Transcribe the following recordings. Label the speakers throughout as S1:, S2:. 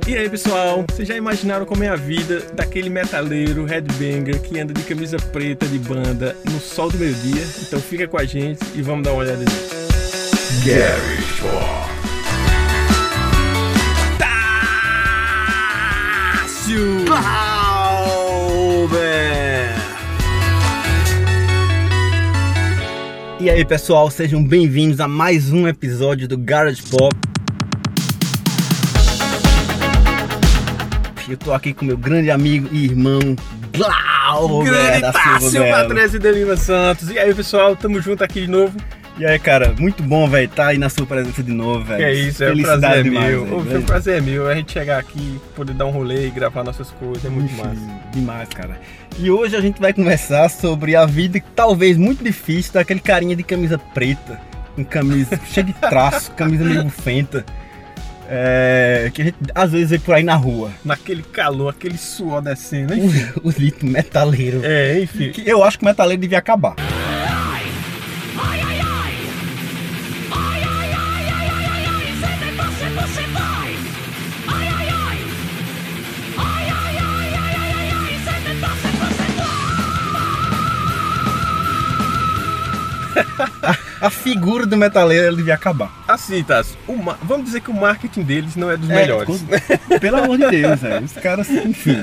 S1: E aí pessoal, vocês já imaginaram como é a vida daquele metaleiro headbanger que anda de camisa preta de banda no sol do meio-dia? Então fica com a gente e vamos dar uma olhada nisso.
S2: Garage Pop.
S1: Tássio!
S3: E aí pessoal, sejam bem-vindos a mais um episódio do Garage Pop. Eu tô aqui com meu grande amigo e irmão Glauber
S1: Grande
S3: da Silva
S1: Tássio
S3: Belo.
S1: Patrese de Lima Santos. E aí pessoal, tamo junto aqui de novo.
S3: E aí cara, muito bom, velho, tá aí na sua presença de novo, velho.
S1: É isso, é um
S3: Felicidade
S1: prazer
S3: demais,
S1: meu.
S3: velho.
S1: O prazer é meu, a gente chegar aqui, poder dar um rolê e gravar nossas coisas, é muito massa.
S3: Demais, cara. E hoje a gente vai conversar sobre a vida talvez muito difícil daquele carinha de camisa preta, com camisa cheia de traço, camisa meio bufenta. Que a gente às vezes vê por aí na rua.
S1: Naquele calor, aquele suor descendo, enfim.
S3: O dito metaleiro.
S1: Enfim.
S3: Que eu acho que o metaleiro devia acabar. A figura do metaleiro ele devia acabar.
S1: Assim, Tássio, vamos dizer que o marketing deles não é dos melhores.
S3: Pelo amor de Deus, velho. Os caras, enfim.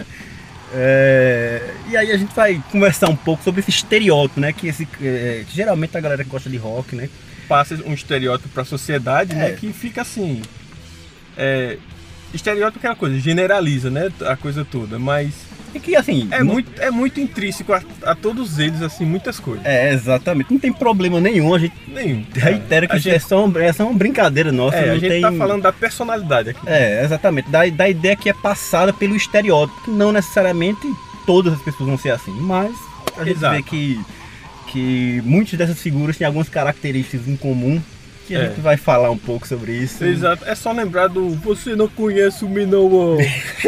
S3: E aí a gente vai conversar um pouco sobre esse estereótipo, né? Que geralmente a galera que gosta de rock, né?
S1: Passa um estereótipo pra sociedade, né? Que fica assim. Estereótipo é aquela coisa, generaliza, né? A coisa toda, mas.
S3: E que assim.
S1: É muito intrínseco a todos eles, assim, muitas coisas.
S3: Exatamente. Não tem problema nenhum. A gente reitera que é só uma brincadeira nossa.
S1: A gente tá falando da personalidade aqui.
S3: Exatamente. Da ideia que é passada pelo estereótipo, que não necessariamente todas as pessoas vão ser assim, mas a gente vê que muitas dessas figuras têm algumas características em comum, que a gente vai falar um pouco sobre isso.
S1: Exato. É só lembrar do Você Não Conhece o Manowar.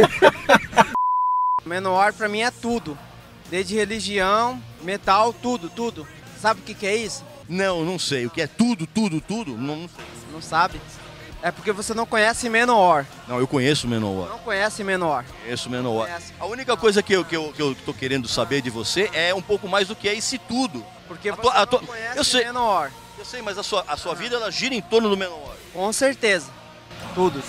S4: Manowar pra mim é tudo, desde religião, metal, tudo. Sabe o que é isso?
S2: Não sei. O que é tudo? Não sei.
S4: Não sabe? É porque você não conhece Manowar.
S2: Não, eu conheço o Manowar.
S4: Não conhece Manowar.
S2: Conheço o Manowar.
S4: Conhece.
S2: A única coisa que eu tô querendo saber de você é um pouco mais do que é esse tudo.
S4: Porque você
S2: não
S4: conhece
S2: eu sei.
S4: Manowar.
S2: Eu sei, mas a sua vida ela gira em torno do Manowar.
S4: Com certeza. Tudo.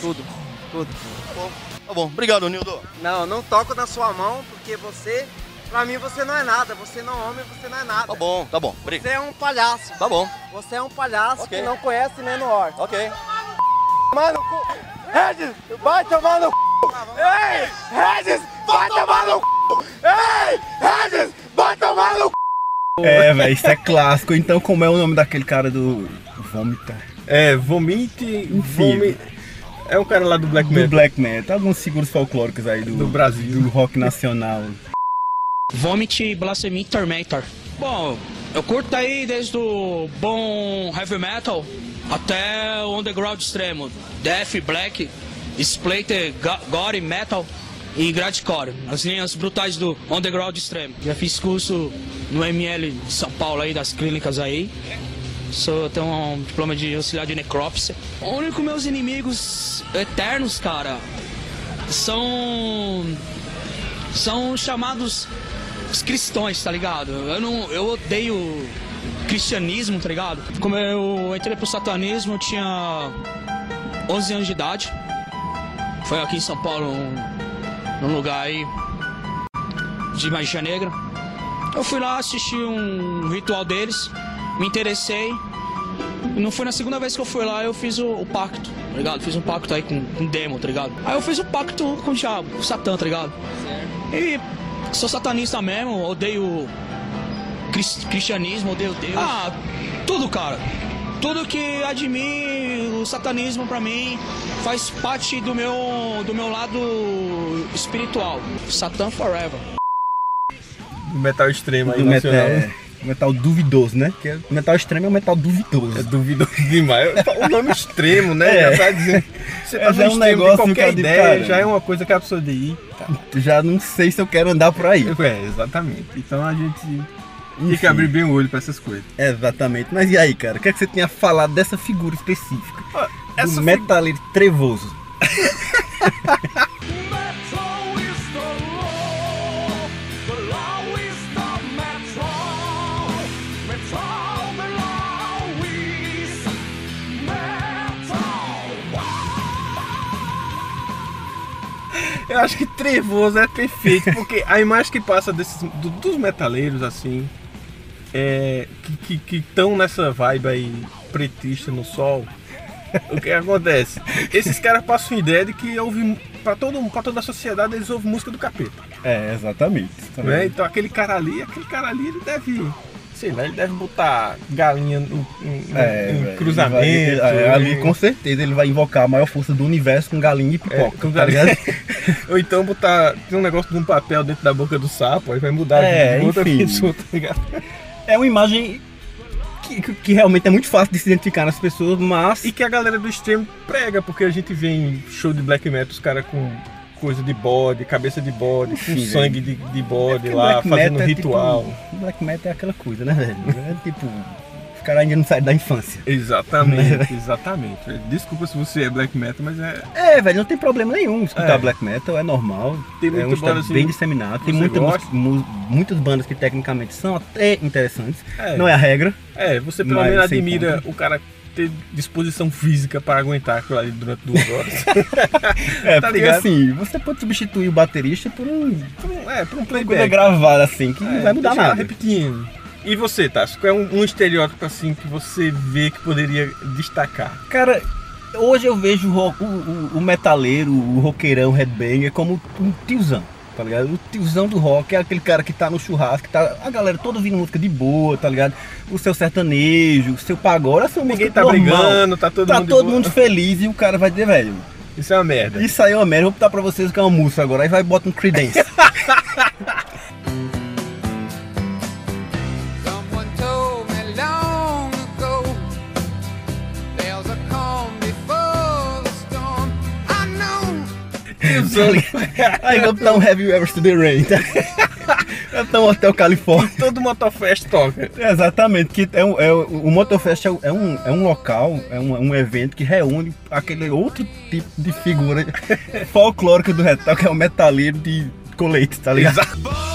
S2: Tá bom. Obrigado, Nildo.
S4: Não toco na sua mão, porque pra mim você não é nada. Você não é homem, você não é nada.
S2: Tá bom.
S4: Você é um palhaço.
S2: Tá bom.
S4: Você é um palhaço
S2: Ok.
S4: que não conhece Manowar.
S2: Ok.
S4: Tomar no cu. Regis, vai tomar no cu. Ei, Regis, vai tomar no cu. Ei, Regis, vai tomar no cu.
S3: Velho, isso é clássico. Então, como é o nome daquele cara do Vomita?
S1: Vomite. É um cara lá do Black Metal.
S3: Do Black Metal. Alguns figuras folclóricos aí do
S1: Brasil.
S3: do rock nacional.
S5: Vomit, Blasphemy, Tormentor. Bom, eu curto aí desde o bom heavy metal até o underground extremo. Death, black, splatter, gore, metal e grindcore. As linhas brutais do underground extremo. Já fiz curso no ML de São Paulo aí, das clínicas aí. Tenho um diploma de auxiliar de necrópsia. O único meus inimigos eternos, cara, são chamados os cristãos, tá ligado? Eu odeio cristianismo, tá ligado? Como eu entrei pro satanismo, eu tinha 11 anos de idade. Foi aqui em São Paulo, num lugar aí de magia negra. Eu fui lá assistir um ritual deles, me interessei. E não foi na segunda vez que eu fui lá, eu fiz o pacto, tá ligado? Fiz um pacto aí com um demo, tá ligado? Aí eu fiz o pacto com o diabo, com o Satã, tá ligado? E sou satanista mesmo, odeio cristianismo, odeio Deus. Tudo, cara. Tudo que há de mim, o satanismo pra mim faz parte do meu lado espiritual. Satã forever.
S1: Do metal extremo aí,
S3: Do
S1: nacional.
S3: metal duvidoso, né? Que o metal extremo é um metal duvidoso.
S1: É duvidoso demais. O nome extremo, né? Já tá dizendo. Você tá
S3: Já é um
S1: extremo de
S3: negócio
S1: qualquer
S3: que,
S1: ideia,
S3: cara,
S1: já é uma coisa que a pessoa de ir.
S3: Já não sei se eu quero andar por aí.
S1: Exatamente. Então a gente tem que abrir bem o olho pra essas coisas.
S3: Exatamente. Mas e aí, cara? O que é que você tinha falado dessa figura específica?
S1: Essa
S3: do metaleiro trevoso.
S1: Eu acho que trevoso é perfeito, porque a imagem que passa dos metaleiros, assim, que estão nessa vibe aí pretista no sol, o que acontece? Esses caras passam a ideia de que ouvem, pra toda a sociedade, eles ouvem música do capeta.
S3: Exatamente.
S1: Né? Então aquele cara ali, ele deve... Sei lá, ele deve botar galinha em cruzamento.
S3: Ali com certeza ele vai invocar a maior força do universo com galinha e pipoca.
S1: Com galinha. Ou então botar. Tem um negócio de um papel dentro da boca do sapo, aí vai mudar de outra pessoa, tá ligado?
S3: É uma imagem que realmente é muito fácil de se identificar nas pessoas, mas.
S1: E que a galera do extremo prega, porque a gente vê em show de black metal os caras com coisa de bode, cabeça de bode, com sangue de bode lá, fazendo ritual.
S3: Tipo, black metal é aquela coisa, né, velho? É tipo, os caras ainda não saem da infância.
S1: Exatamente, exatamente. Desculpa se você é black metal, mas é...
S3: velho, não tem problema nenhum escutar black metal, é normal.
S1: Tem
S3: é um estilo assim, bem disseminado. Tem muitas bandas que tecnicamente são até interessantes. Não é a regra.
S1: Você pelo menos admira o cara ter disposição física para aguentar aquilo ali durante 2 horas.
S3: Tá porque ligado? Assim, você pode substituir o baterista por um
S1: playback.
S3: Coisa gravada assim, que não vai mudar nada.
S1: Repetindo. E você, Tássio, qual é um estereótipo assim que você vê que poderia destacar?
S3: Cara, hoje eu vejo o metaleiro, o roqueirão, o headbanger como um tiozão. Tá ligado? O tiozão do rock é aquele cara que tá no churrasco, tá a galera toda ouvindo música de boa, tá ligado? O seu sertanejo, o seu pagode, essa música
S1: ninguém tá normal, brigando, tá todo
S3: mundo feliz e o cara vai dizer, velho,
S1: isso é uma merda.
S3: Isso aí é uma merda, eu vou botar pra vocês que é uma música agora, aí vai e bota um Creedence. Aí vamos dar um Have You Ever Stood the Rain, tá? Então, Hotel Califórnia.
S1: Todo Motofest toca.
S3: Exatamente, que o Motofest é um local, é um evento que reúne aquele outro tipo de figura folclórica do metal, que é o metaleiro de colete, tá ligado? Exato.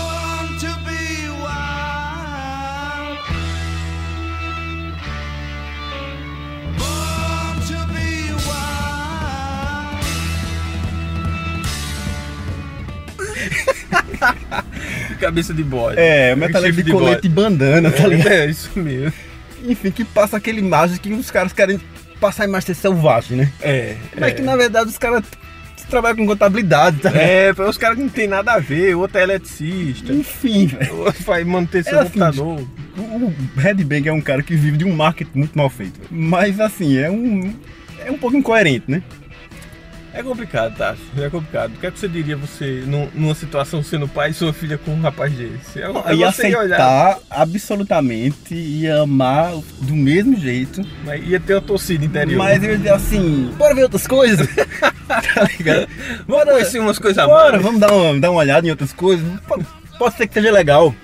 S1: Cabeça de bode.
S3: O metaleiro de colete e bandana, tá ligado?
S1: É, isso mesmo.
S3: Enfim, que passa aquela imagem que os caras querem passar a imagem de ser selvagem, né? Mas que na verdade os caras trabalham com contabilidade, tá ligado?
S1: Os caras não tem nada a ver, o outro é eletricista.
S3: Enfim, velho.
S1: O outro vai manter seu computador.
S3: O Headbang é um cara que vive de um marketing muito mal feito. Mas assim, é um pouco incoerente, né?
S1: É complicado, Tássio, é complicado. O que é que você diria numa situação sendo pai e sua filha com um rapaz desse?
S3: Ia aceitar absolutamente, ia amar do mesmo jeito.
S1: Mas ia ter uma torcida interior.
S3: Mas eu ia dizer assim, bora ver outras coisas. Tá ligado?
S1: Bora conhecer umas coisas a
S3: mais. Vamos dar uma olhada em outras coisas. Pode ser que seja legal.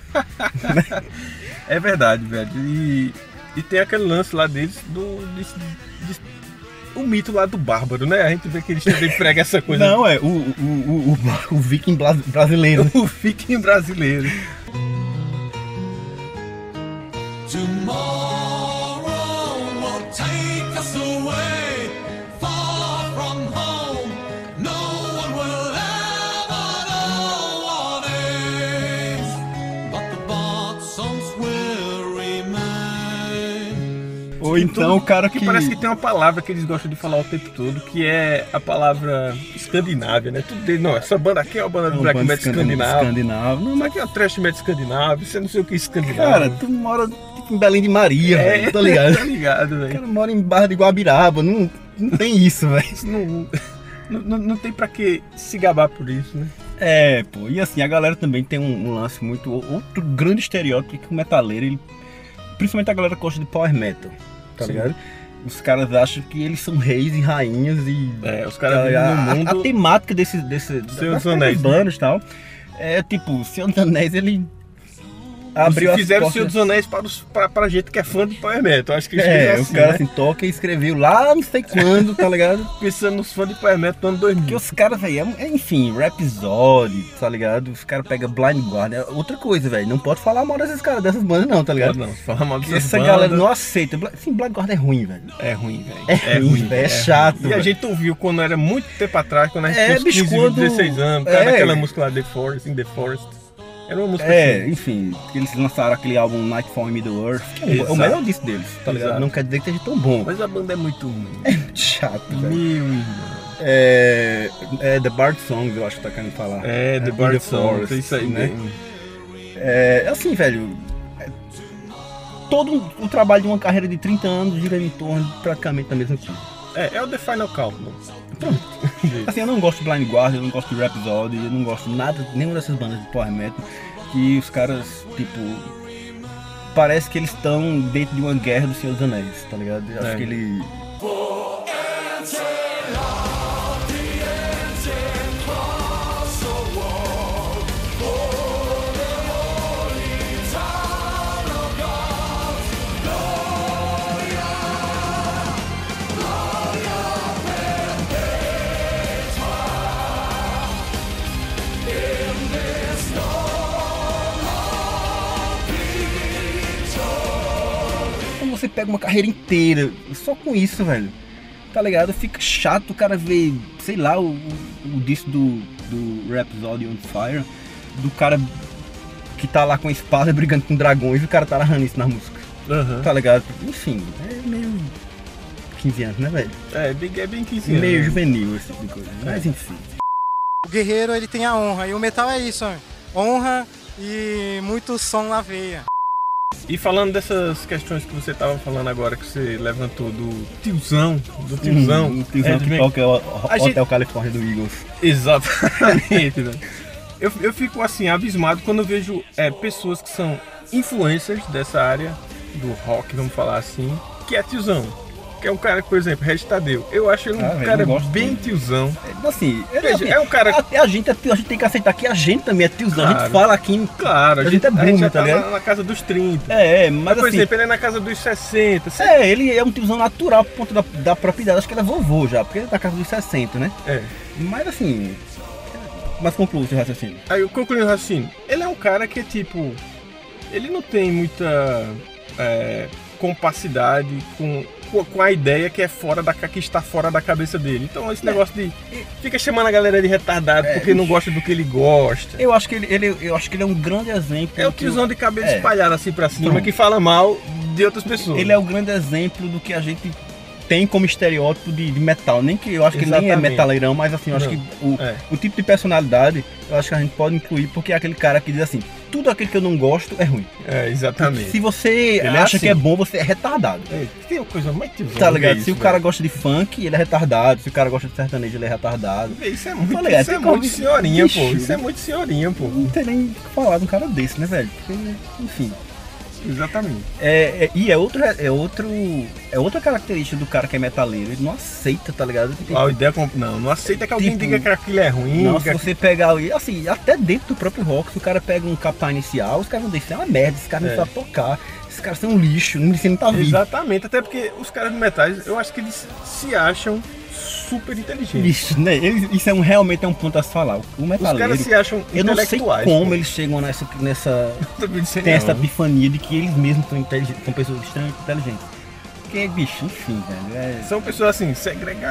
S1: É verdade, velho. E tem aquele lance lá deles o mito lá do bárbaro, né? A gente vê que eles também pregam essa coisa.
S3: Não, o viking brasileiro.
S1: O viking brasileiro.
S6: Tomorrow will take us away, far from home. No one will ever know what is, but the bard songs will remain.
S3: Ou então o cara que
S1: parece que tem uma palavra que eles gostam de falar o tempo todo, que é a palavra escandinávia, né? Tudo dele, não, essa banda aqui é uma banda de black metal escandinavo. Não, mas aqui é uma trash metal escandinavo, você não sei o que é escandinavo.
S3: Cara, tu mora tipo em Belém de Maria, velho, tá ligado?
S1: Tá ligado, velho.
S3: O cara mora em Barra de Guabiraba, não tem isso, velho.
S1: Não tem pra que se gabar por isso, né?
S3: E assim, a galera também tem um lance muito... Outro grande estereótipo que o metaleiro, principalmente a galera que gosta de power metal, tá ligado? Os caras acham que eles são reis e rainhas e...
S1: os caras vivem no mundo...
S3: A temática dessas
S1: bandas
S3: e tal, é tipo, o Senhor dos Anéis, ele abriu as
S1: Fizeram o
S3: portas.
S1: Senhor dos Anéis pra gente que é fã de Power Metal. Acho que eles fizeram
S3: O
S1: assim,
S3: cara
S1: né?
S3: assim toca e escreveu lá não sei quando, tá ligado?
S1: Pensando nos fãs de Power Metal do ano 2000.
S3: Porque os caras, velho, enfim, Rhapsody, tá ligado? Os caras pegam Blind Guardian, outra coisa, velho. Não pode falar mal desses caras, dessas bandas não, tá ligado?
S1: Não, fala mal
S3: Porque
S1: dessas
S3: essa
S1: bandas.
S3: galera não aceita. Sim, Blind Guardian é ruim, velho.
S1: É ruim, velho.
S3: É ruim, velho, é chato,
S1: ruim. E a
S3: velho.
S1: gente ouviu quando era muito tempo atrás, quando a gente
S3: É,
S1: tinha uns
S3: bicho,
S1: 15,
S3: quando-
S1: 16 anos.
S3: é.
S1: Cara, aquela música lá, The Forest, In The Forest. Era uma música assim.
S3: Enfim, eles lançaram aquele álbum Nightfall in Middle Earth, que é
S1: Exato.
S3: o melhor disco deles, tá ligado?
S1: Exato.
S3: Não quer dizer que seja tão bom.
S1: Mas a banda é muito ruim.
S3: Chato,
S1: Meu
S3: velho.
S1: irmão.
S3: É The Bard Songs, eu acho que tá querendo falar.
S1: É, The
S3: In
S1: Bard Songs,
S3: Forest,
S1: isso aí,
S3: né?
S1: né?
S3: Assim, velho, todo o trabalho de uma carreira de 30 anos gira em torno de praticamente da mesma coisa.
S1: É o The Final Countdown.
S3: Assim, eu não gosto de Blind Guardian, eu não gosto de Rhapsody, eu não gosto nada, nenhuma dessas bandas de Power Metal, que os caras, tipo, parece que eles estão dentro de uma guerra do Senhor dos Anéis, tá ligado? Eu acho que ele... Quando você pega uma carreira inteira só com isso, velho, tá ligado? Fica chato o cara ver, sei lá, o disco do Rhapsody on Fire, do cara que tá lá com a espada brigando com dragões e o cara tá narrando isso na música,
S1: Aham.
S3: tá ligado? Enfim, é meio 15 anos, né, velho?
S1: É bem 15 anos.
S3: Meio
S1: né?
S3: juvenil esse tipo de coisa, mas enfim.
S7: O guerreiro, ele tem a honra, e o metal é isso, homem. Honra e muito som na veia.
S1: E falando dessas questões que você tava falando agora, que você levantou do tiozão,
S3: O tiozão que
S1: bem-
S3: toca o
S1: A gente-
S3: Hotel California do Eagles.
S1: Exatamente, velho. Eu fico assim, abismado quando eu vejo pessoas que são influencers dessa área do rock, vamos falar assim, que é tiozão. Que é um cara que, por exemplo, Regis Tadeu. Eu acho ele um
S3: velho,
S1: cara
S3: eu gosto
S1: bem
S3: dele.
S1: tiozão.
S3: Assim,
S1: Veja, é um cara-
S3: A gente tem que aceitar que a gente também é tiozão. A
S1: Claro.
S3: gente fala aqui.
S1: Claro,
S3: A gente é boomer,
S1: já
S3: tá
S1: tá
S3: ligado?
S1: na casa dos 30.
S3: Mas
S1: Mas, por
S3: assim.
S1: exemplo, ele é na casa dos 60.
S3: Ele é um tiozão natural por conta da propriedade. Acho que ele é vovô já, porque ele tá na casa dos 60, né?
S1: É.
S3: Mas assim. Mas conclua o seu raciocínio.
S1: Aí eu concluí o raciocínio. Ele é um cara que, tipo, ele não tem muita compacidade com a ideia que que está fora da cabeça dele. Então esse negócio de fica chamando a galera de retardado porque não gosta do que ele gosta.
S3: Eu acho que eu acho que ele é um grande exemplo.
S1: É o tiozão de cabelo
S3: É.
S1: espalhado assim pra cima
S3: Pronto.
S1: que fala mal de outras pessoas.
S3: Ele é o grande exemplo do que a gente tem como estereótipo de metal. Nem que eu acho que ele nem é
S1: Exatamente.
S3: metaleirão, mas assim, eu acho
S1: Não.
S3: que
S1: É.
S3: o tipo de personalidade, eu acho que a gente pode incluir, porque é aquele cara que diz assim, tudo aquilo que eu não gosto é ruim.
S1: É, exatamente.
S3: Se você
S1: é
S3: acha
S1: assim.
S3: que é bom, você é retardado.
S1: Tem uma coisa mais tiozão.
S3: Tá ligado?
S1: que
S3: Se o
S1: isso,
S3: cara
S1: velho.
S3: gosta de funk, ele é retardado. Se o cara gosta de sertanejo, ele é retardado.
S1: Isso é muito,
S3: Tá ligado?
S1: isso é
S3: Tem como-
S1: muito senhorinha,
S3: Bicho.
S1: pô. Isso é muito senhorinha, pô.
S3: Não tem nem o que falar de um cara desse, né, velho? Porque, enfim.
S1: Exatamente.
S3: E é outra característica do cara que é metaleiro. Ele não aceita, tá ligado? Tem-
S1: A ideia não aceita que alguém
S3: Tipo,
S1: diga que aquilo é ruim.
S3: Não,
S1: que
S3: se você pegar ali, assim, até dentro do próprio rock, se o cara pega um capá inicial, os caras vão dizer, isso é uma merda, esses caras não sabem tocar, esses caras são um lixo, não precisa nem tá vivo.
S1: Exatamente, até porque os caras do metais, eu acho que eles se acham super inteligentes.
S3: Lixo, né? Isso realmente é um ponto a se falar. O
S1: Os
S3: metaleiro,
S1: caras se acham
S3: eu não sei
S1: intelectuais.
S3: como
S1: pô.
S3: eles chegam nessa
S1: Também sei
S3: tem
S1: não.
S3: essa epifania de que eles mesmos são inteligentes, são pessoas extremamente inteligentes. Porque, bicho, enfim, velho,
S1: São pessoas assim, de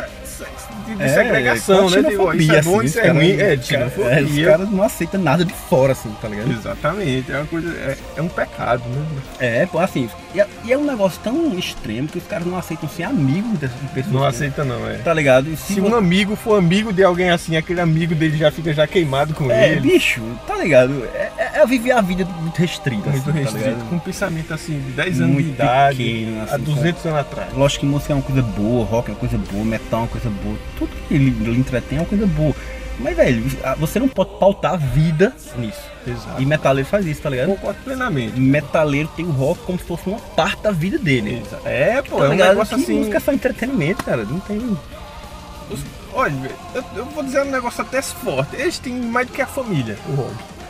S3: É,
S1: segregação, né? Tipo, ó, isso é bom, isso é ruim. É,
S3: Os
S1: xenofobia.
S3: caras não aceitam nada de fora, assim, tá ligado?
S1: Exatamente, é uma coisa, é um pecado, né?
S3: Pô, assim, e é um negócio tão extremo que os caras não aceitam ser amigos dessas pessoas.
S1: Não aceita não, é.
S3: Tá ligado? E
S1: Se um amigo for amigo de alguém assim, aquele amigo dele já fica já queimado com ele.
S3: bicho, tá ligado? É viver a vida muito restrita,
S1: Muito
S3: assim,
S1: restrito,
S3: tá ligado?
S1: com um pensamento assim, de 10 anos
S3: Muito
S1: de idade,
S3: pequeno, assim,
S1: há 200 anos atrás.
S3: Lógico que música é uma coisa boa, rock é uma coisa boa, metal é uma coisa boa, tudo que ele entretém é uma coisa boa. Mas, velho, você não pode pautar a vida nisso.
S1: Exato.
S3: E metaleiro faz isso, tá ligado?
S1: Concordo plenamente.
S3: Metaleiro tem o rock como se fosse uma parte da vida dele.
S1: É, pô,
S3: Tá
S1: é um
S3: ligado?
S1: negócio
S3: Que
S1: assim.
S3: música é só entretenimento, cara. Não tem.
S1: Olha, eu vou dizer um negócio até forte. Eles têm mais do que a família, o rock.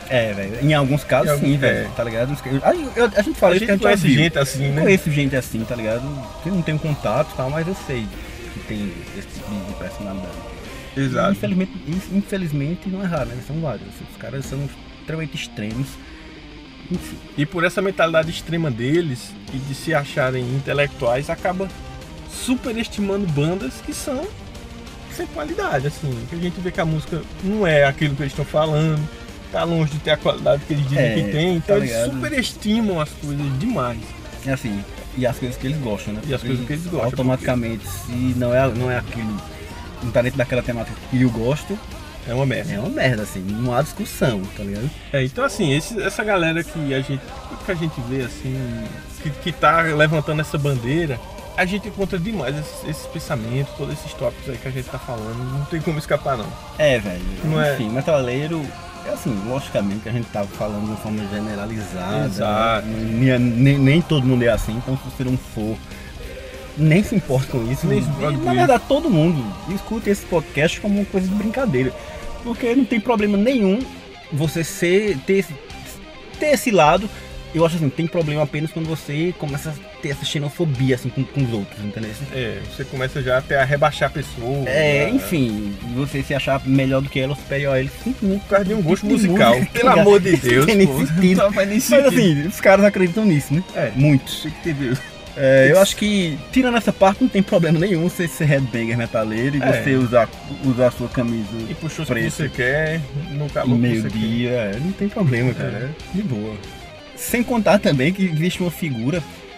S3: Velho. Em alguns casos, sim, velho. Tá ligado? A gente fala
S1: A
S3: isso que
S1: gente conhece
S3: viu.
S1: gente assim, né?
S3: Eu conheço gente assim, tá ligado? Eu não tenho contato e tal, mas eu sei que tem esse tipo de personalidade.
S1: Exato.
S3: E infelizmente não é raro, né? São vários. Os caras são extremamente extremos. Enfim.
S1: E por essa mentalidade extrema deles e de se acharem intelectuais, acaba superestimando bandas que são sem qualidade, assim. Que a gente vê que a música não é aquilo que eles estão falando, tá longe de ter a qualidade que eles dizem que tem, então
S3: tá
S1: eles
S3: ligado?
S1: superestimam as coisas demais.
S3: É assim, e as coisas que eles gostam, né?
S1: E as coisas que eles gostam,
S3: Automaticamente, se não é aquilo, não tá dentro daquela temática que eu gosto,
S1: É uma merda.
S3: é uma merda, assim, não há discussão, tá ligado?
S1: Então assim, essa galera que a gente vê assim, que tá levantando essa bandeira, a gente encontra demais esses pensamentos, todos esses tópicos aí que a gente tá falando, não tem como escapar não.
S3: Velho,
S1: Não é-
S3: enfim, metaleiro, é assim, logicamente que a gente tava falando de uma forma generalizada,
S1: Exato.
S3: né? Nem todo mundo é assim, então se você não for, nem se importa com isso.
S1: Nem se importa
S3: E,
S1: com
S3: na
S1: isso.
S3: verdade, todo mundo escuta esse podcast como uma coisa de brincadeira, porque não tem problema nenhum você ter esse lado. Eu acho assim, tem problema apenas quando você começa a ter essa xenofobia assim com os outros, entendeu?
S1: Você começa já até a rebaixar a pessoa.
S3: Enfim, você se achar melhor do que ela, ou superior a ele, simplesmente
S1: Por causa de um gosto
S3: de
S1: musical.
S3: música,
S1: Pelo amor de
S3: Isso
S1: Deus,
S3: não tem nem
S1: pô.
S3: sentido.
S1: Não faz nem
S3: Mas
S1: sentido.
S3: assim, os caras acreditam nisso, né? Muitos.
S1: Tem que ter.
S3: Eu acho que, tirando essa parte, não tem problema nenhum você ser headbanger metaleiro e você usar a sua camisa
S1: E puxou o que
S3: preta
S1: você quer, no
S3: em
S1: calor que você quer.
S3: meio-dia, não tem problema, cara. De boa. Sem contar também que existe uma figura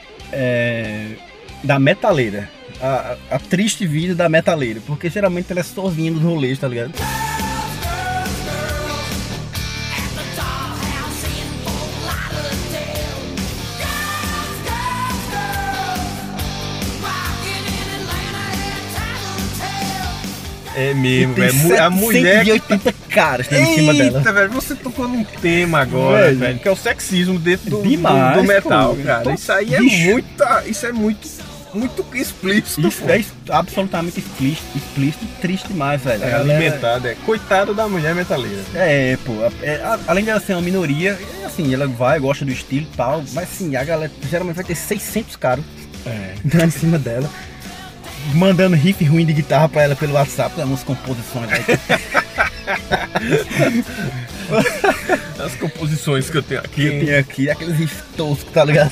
S3: da metaleira. A triste vida da metaleira. Porque geralmente ela é sozinha nos rolês, tá ligado?
S1: É mesmo,
S3: Tem
S1: velho. A mulher.
S3: 180 caras em cima dela.
S1: Eita, velho, você tocou num tema agora,
S3: Velho.
S1: velho, que é o sexismo dentro do
S3: Demais,
S1: metal,
S3: pô.
S1: cara. Isso aí é
S3: Bicho.
S1: muito explícito.
S3: Isso é absolutamente explícito e triste demais, velho. A
S1: É
S3: galera-
S1: alimentado, coitado da mulher metaleira.
S3: Pô, além dela ser uma minoria, assim, ela gosta do estilo e tal, mas assim, a galera geralmente vai ter 600 caras dando em cima dela, mandando riff ruim de guitarra pra ela pelo WhatsApp, umas composições, velho.
S1: As composições que eu tenho aqui.
S3: Que eu tenho aqui, aqueles riffs toscos, tá ligado?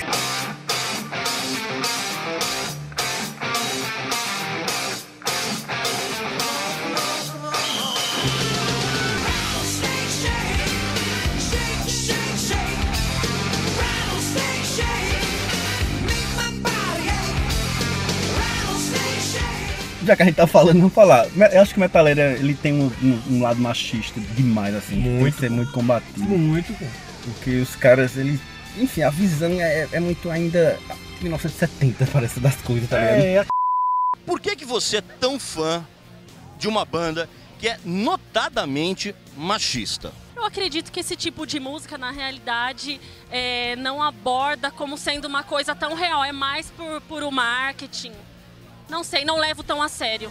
S3: Já que a gente tá falando, vamos falar. Eu acho que o metaleiro, ele tem um lado machista demais, assim. Tem
S1: Muito.
S3: que ser muito combativo.
S1: Muito, pô.
S3: Porque os caras, eles... Enfim, a visão é muito ainda 1970, parece, das coisas, tá ligado?
S2: Por que você é tão fã de uma banda que é notadamente machista?
S8: Eu acredito que esse tipo de música, na realidade, não aborda como sendo uma coisa tão real. É mais por o marketing. Não sei, não levo tão a sério.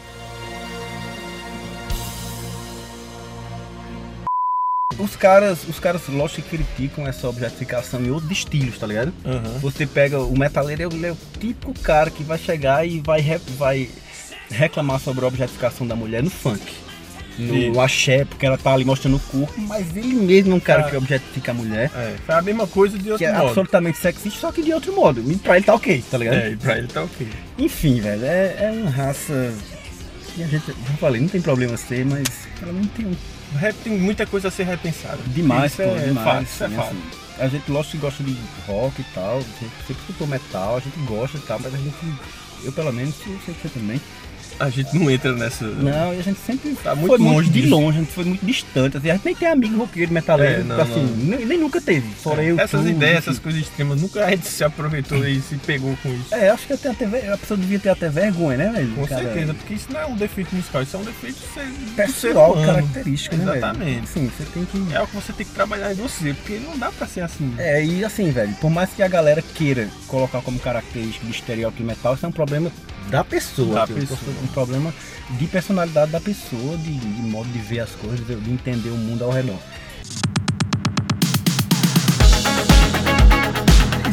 S3: Os caras, lógico, que criticam essa objetificação em outros estilos, tá ligado?
S1: Uhum.
S3: Você pega o metaleiro, ele é o típico cara que vai chegar e vai reclamar sobre a objetificação da mulher no funk. No
S1: Isso.
S3: axé, porque ela tá ali mostrando o corpo, mas ele mesmo é um cara que objetifica a mulher.
S1: Foi a mesma coisa de
S3: Que
S1: outro
S3: é
S1: modo.
S3: absolutamente sexista, só que de outro modo. E pra ele tá ok, tá ligado?
S1: E pra ele tá ok.
S3: Enfim, velho, é uma raça que a gente, já falei, não tem problema ser, mas pelo menos tem
S1: O rap tem muita coisa a ser repensada.
S3: demais,
S1: Isso
S3: pô,
S1: é
S3: demais.
S1: fato, isso é
S3: assim,
S1: fato.
S3: assim. A gente, lógico, que gosta de rock e tal, sempre escutou metal, a gente gosta e tal, mas a gente, eu pelo menos, eu sei que você também.
S1: A gente não entra nessa...
S3: Não, e a gente sempre
S1: Tá muito
S3: foi muito
S1: longe
S3: de
S1: disso.
S3: longe, a gente foi muito distante, assim, a gente nem tem amigo roqueiro, metaleiro,
S1: não,
S3: assim,
S1: não.
S3: Nem nunca teve, fora eu,
S1: Essas
S3: tu,
S1: ideias,
S3: enfim.
S1: essas coisas extremas, nunca a gente se aproveitou e se pegou com isso.
S3: Acho que a pessoa devia ter até vergonha, né, velho?
S1: Com
S3: Cara,
S1: certeza, porque isso não é um defeito musical, isso é um defeito do ser
S3: pessoal,
S1: humano.
S3: característica, né, velho?
S1: Exatamente.
S3: Sim, você tem que...
S1: É o que você tem que trabalhar em você, porque não dá pra ser assim.
S3: E assim, velho, por mais que a galera queira colocar como característica de estereótipo metal, isso é um problema da pessoa.
S1: Da
S3: assim,
S1: pessoa.
S3: Um problema de personalidade da pessoa, de modo de ver as coisas, de entender o mundo ao redor.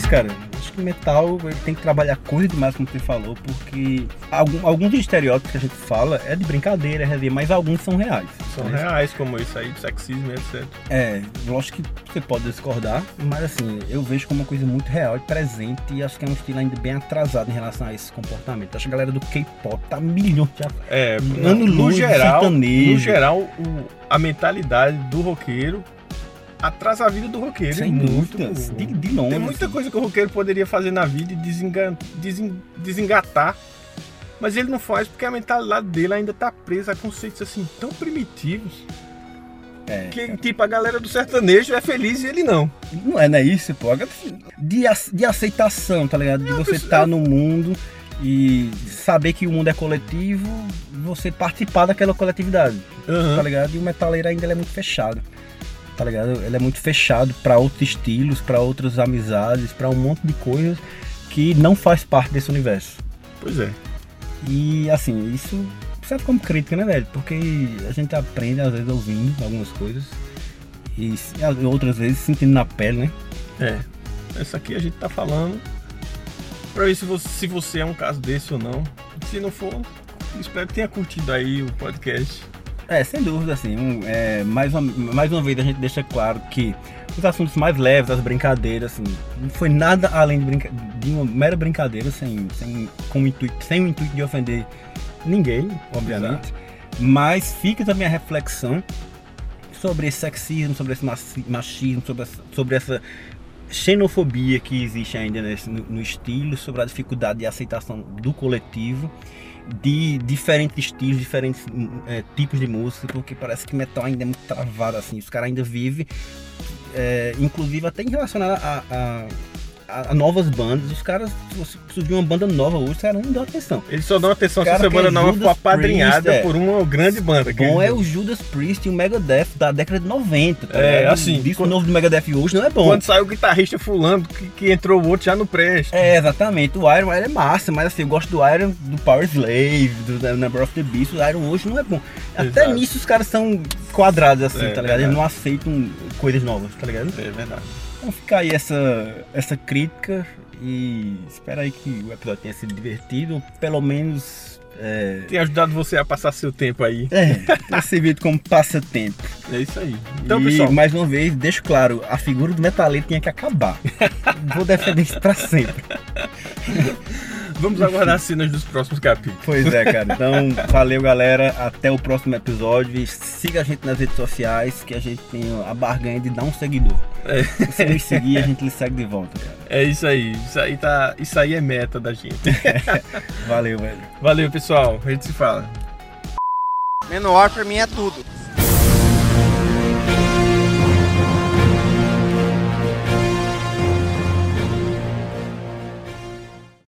S3: cara. Acho que metal ele tem que trabalhar coisa demais, como você falou, porque alguns estereótipos que a gente fala é de brincadeira, mas alguns são reais.
S1: São reais, como isso aí, do sexismo, etc.
S3: Lógico que você pode discordar, mas assim, eu vejo como uma coisa muito real e presente, e acho que é um estilo ainda bem atrasado em relação a esse comportamento. Acho que a galera do K-pop tá milhões de
S1: no geral, a mentalidade do roqueiro atrasa a vida do roqueiro.
S3: Sem dúvidas, de longe.
S1: Tem muita coisa que o roqueiro poderia fazer na vida e desengatar, mas ele não faz porque a mentalidade dele ainda tá presa a conceitos assim tão primitivos. Que tipo, a galera do sertanejo é feliz e ele não.
S3: Não é isso, pô. De aceitação, tá ligado? De você estar no mundo e saber que o mundo é coletivo, você participar daquela coletividade, tá ligado? E o metaleiro ainda ele é muito fechado, tá ligado? Ele é muito fechado pra outros estilos, pra outras amizades, pra um monte de coisas que não faz parte desse universo.
S1: Pois é.
S3: E assim, isso serve como crítica, né, velho? Porque a gente aprende às vezes ouvindo algumas coisas e outras vezes sentindo na pele, né?
S1: Essa aqui a gente tá falando pra ver se você é um caso desse ou não. Se não for, espero que tenha curtido aí o podcast.
S3: Sem dúvida, assim, mais uma vez a gente deixa claro que os assuntos mais leves, as brincadeiras, assim, não foi nada além de uma mera brincadeira, sem o intuito de ofender ninguém, obviamente. Exato. Mas fica também a reflexão sobre esse sexismo, sobre esse machismo, sobre essa xenofobia que existe ainda no estilo, sobre a dificuldade de aceitação do coletivo, de diferentes estilos, diferentes tipos de música, porque parece que metal ainda é muito travado, assim, os caras ainda vivem, inclusive até em relação a novas bandas. Os caras, se surgir uma banda nova hoje, os caras não dão atenção.
S1: Eles só dão atenção se essa banda nova for apadrinhada por uma grande banda.
S3: Bom é o Judas Priest e o Megadeth da década de 90. Tá
S1: assim.
S3: O disco novo do Megadeth hoje não é bom.
S1: Quando sai o guitarrista fulano, que entrou o outro já não presta.
S3: Exatamente. O Iron é massa, mas assim, eu gosto do Iron, do Power Slave, do Number of the Beast. O Iron hoje não é bom. Até nisso os caras são quadrados, assim, tá ligado? Verdade. Eles não aceitam coisas novas, tá ligado?
S1: É verdade.
S3: Então fica aí essa crítica e espero aí que o episódio tenha sido divertido, ou pelo menos...
S1: Tenha ajudado você a passar seu tempo aí.
S3: Tenha servido como passatempo.
S1: É isso aí. Então, pessoal,
S3: mais uma vez, deixo claro, a figura do metaleiro tinha que acabar. Vou defender isso pra sempre.
S1: Vamos aguardar as cenas dos próximos capítulos.
S3: Pois é, cara. Então, valeu, galera. Até o próximo episódio. E siga a gente nas redes sociais, que a gente tem a barganha de dar um seguidor. Se você nos seguir, a gente lhe segue de volta, cara.
S1: É isso aí. Isso aí é meta da gente.
S3: Valeu, velho.
S1: Valeu, pessoal. A gente se fala.
S7: Menor pra mim é tudo.